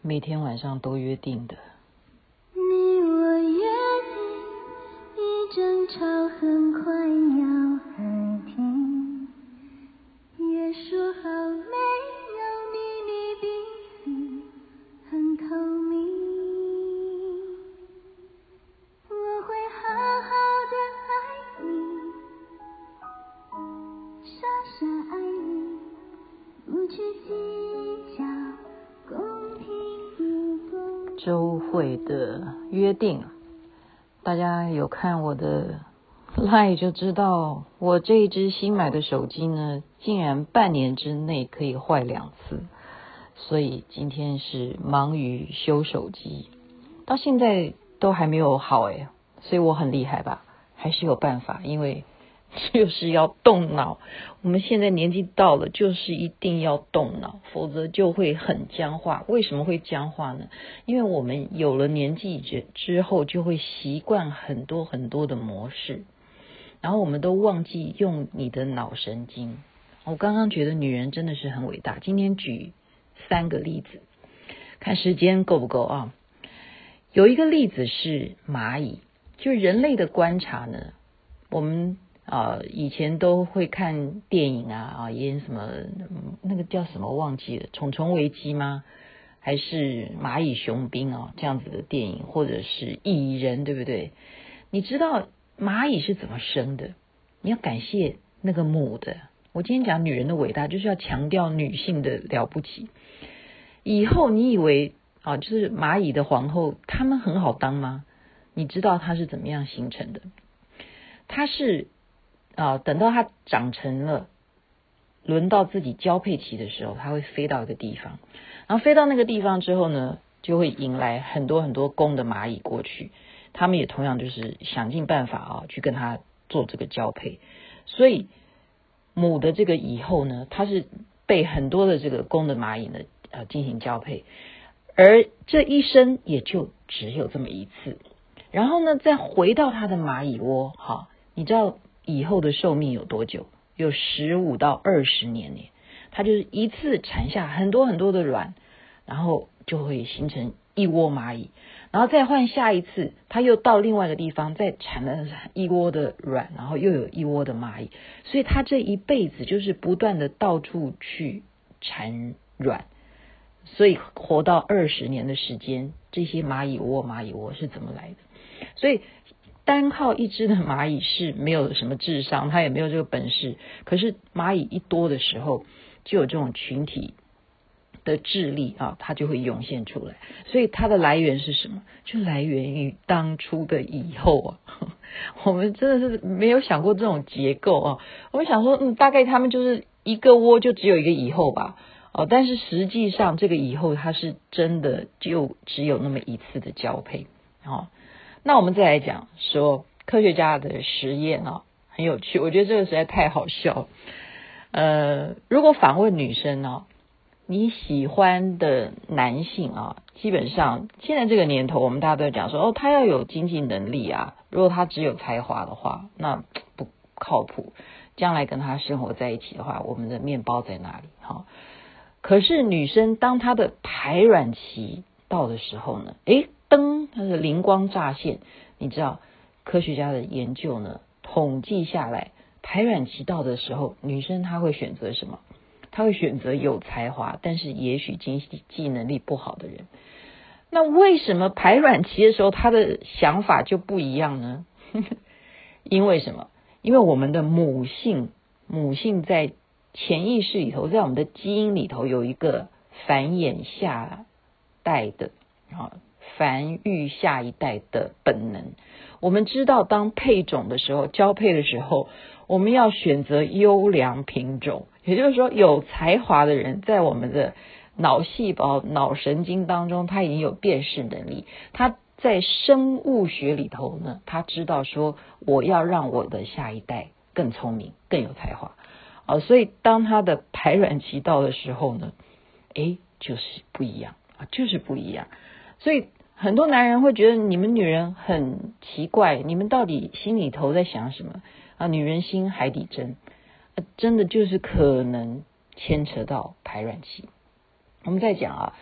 每天晚上都约定的。 你我约定，一争吵很快要和停，也说好没有秘密，彼此很透明。我会好好的爱你，傻傻爱你，不去计较公平不公平。 周慧的约定，大家有看我的 LINE 就知道，我这一支新买的手机呢，竟然半年之内可以坏2次，所以今天是忙于修手机，到现在都还没有好所以我很厉害吧，还是有办法，因为就是要动脑。我们现在年纪到了，就是一定要动脑，否则就会很僵化。为什么会僵化呢？因为我们有了年纪之后，就会习惯很多很多的模式，然后我们都忘记用你的脑神经。我刚刚觉得女人真的是很伟大，今天举3个例子，看时间够不够啊？有一个例子是蚂蚁，就人类的观察呢，我们以前都会看电影演什么那个叫什么忘记了，虫虫危机吗？还是蚂蚁雄兵这样子的电影，或者是蚁人，对不对？你知道蚂蚁是怎么生的？你要感谢那个母的。我今天讲女人的伟大，就是要强调女性的了不起。以后你以为就是蚂蚁的皇后，她们很好当吗？你知道它是怎么样形成的？它是等到它长成了，轮到自己交配期的时候，它会飞到一个地方，然后飞到那个地方之后呢，就会迎来很多很多公的蚂蚁过去，他们也同样就是想尽办法去跟它做这个交配，所以母的这个蚁后呢，它是被很多的这个公的蚂蚁呢进行交配，而这一生也就只有这么一次，然后呢再回到它的蚂蚁窝你知道蚁后的寿命有多久？有15到20年呢。它就是一次产下很多很多的卵，然后就会形成一窝蚂蚁，然后再换下一次，它又到另外一个地方再产了一窝的卵，然后又有一窝的蚂蚁，所以它这一辈子就是不断的到处去产卵，所以活到20年的时间，这些蚂蚁窝是怎么来的？所以单靠一只的蚂蚁是没有什么智商，它也没有这个本事，可是蚂蚁一多的时候，就有这种群体的智力它就会涌现出来。所以它的来源是什么？就来源于当初的蚁后我们真的是没有想过这种结构我们想说大概他们就是一个窝就只有一个蚁后吧但是实际上这个蚁后它是真的就只有那么一次的交配那我们再来讲说科学家的实验很有趣，我觉得这个实在太好笑了。如果访问女生你喜欢的男性基本上现在这个年头，我们大家都讲说他要有经济能力如果他只有才华的话，那不靠谱。将来跟他生活在一起的话，我们的面包在哪里可是女生当她的排卵期到的时候呢，灯，它的灵光乍现。你知道科学家的研究呢，统计下来，排卵期到的时候，女生她会选择什么？她会选择有才华，但是也许经济能力不好的人。那为什么排卵期的时候，她的想法就不一样呢？因为什么？因为我们的母性在潜意识里头，在我们的基因里头有一个繁衍下代的繁育下一代的本能。我们知道当配种的时候，交配的时候，我们要选择优良品种，也就是说有才华的人在我们的脑细胞脑神经当中，他已经有辨识能力，他在生物学里头呢，他知道说我要让我的下一代更聪明更有才华所以当他的排卵期到的时候呢，就是不一样就是不一样。所以很多男人会觉得你们女人很奇怪，你们到底心里头在想什么女人心海底针真的就是可能牵扯到排卵期。我们再讲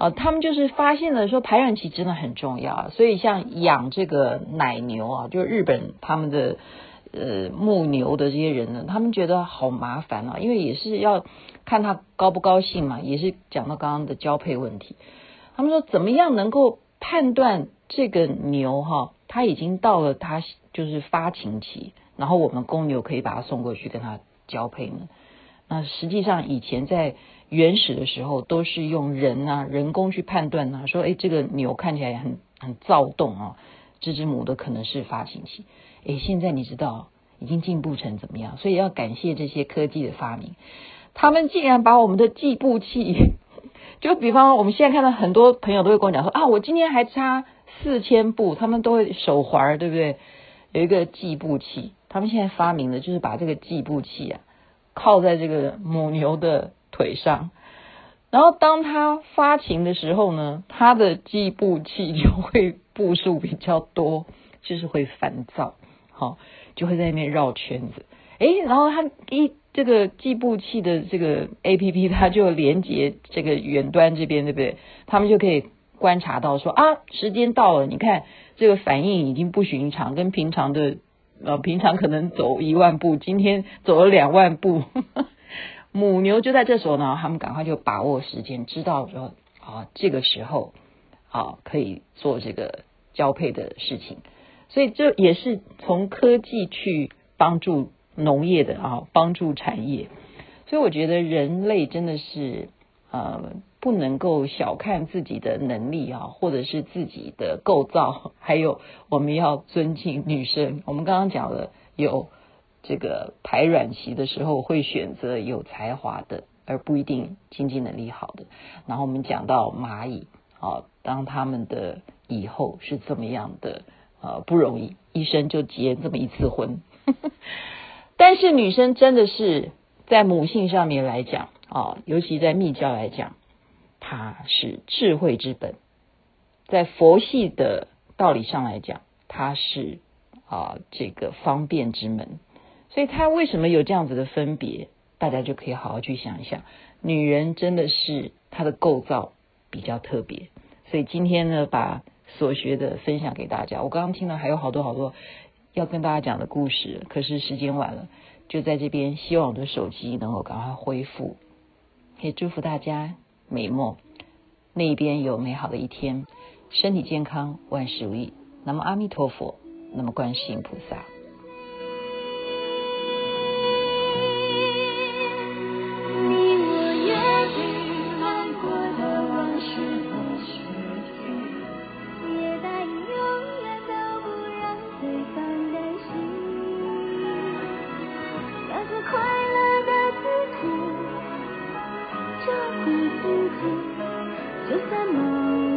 他们就是发现了说排卵期真的很重要，所以像养这个奶牛啊，就日本他们的牧牛的这些人呢，他们觉得好麻烦啊，因为也是要看他高不高兴嘛，也是讲到刚刚的交配问题。他们说怎么样能够判断这个牛它已经到了它就是发情期，然后我们公牛可以把它送过去跟它交配呢？那实际上以前在原始的时候都是用人工去判断说这个牛看起来很躁动啊，这只母的可能是发情期。现在你知道已经进步成怎么样？所以要感谢这些科技的发明，他们竟然把我们的计步器就比方我们现在看到很多朋友都会跟我讲说我今天还差4000步，他们都会手环对不对，有一个计步器，他们现在发明的就是把这个计步器靠在这个母牛的腿上，然后当它发情的时候呢，它的计步器就会步数比较多，就是会烦躁，就会在那边绕圈子。然后它这个计步器的这个 APP 它就连接这个远端这边对不对，他们就可以观察到说时间到了，你看这个反应已经不寻常，跟平常可能走1万步，今天走了2万步母牛就在这时候呢，他们赶快就把握时间，知道说这个时候可以做这个交配的事情。所以这也是从科技去帮助农业的帮助产业。所以我觉得人类真的是不能够小看自己的能力或者是自己的构造，还有我们要尊敬女生。我们刚刚讲了有这个排卵期的时候会选择有才华的，而不一定经济能力好的。然后我们讲到蚂蚁当他们的以后是这么样的不容易，一生就结这么一次婚但是女生真的是在母性上面来讲尤其在密教来讲，它是智慧之本，在佛系的道理上来讲，它是这个方便之门。所以它为什么有这样子的分别，大家就可以好好去想一想。女人真的是她的构造比较特别，所以今天呢，把所学的分享给大家。我刚刚听了还有好多要跟大家讲的故事，可是时间晚了，就在这边希望我的手机能够赶快恢复，也祝福大家美梦，那边有美好的一天，身体健康，万事如意。那么阿弥陀佛，那么观世音菩萨。 就算梦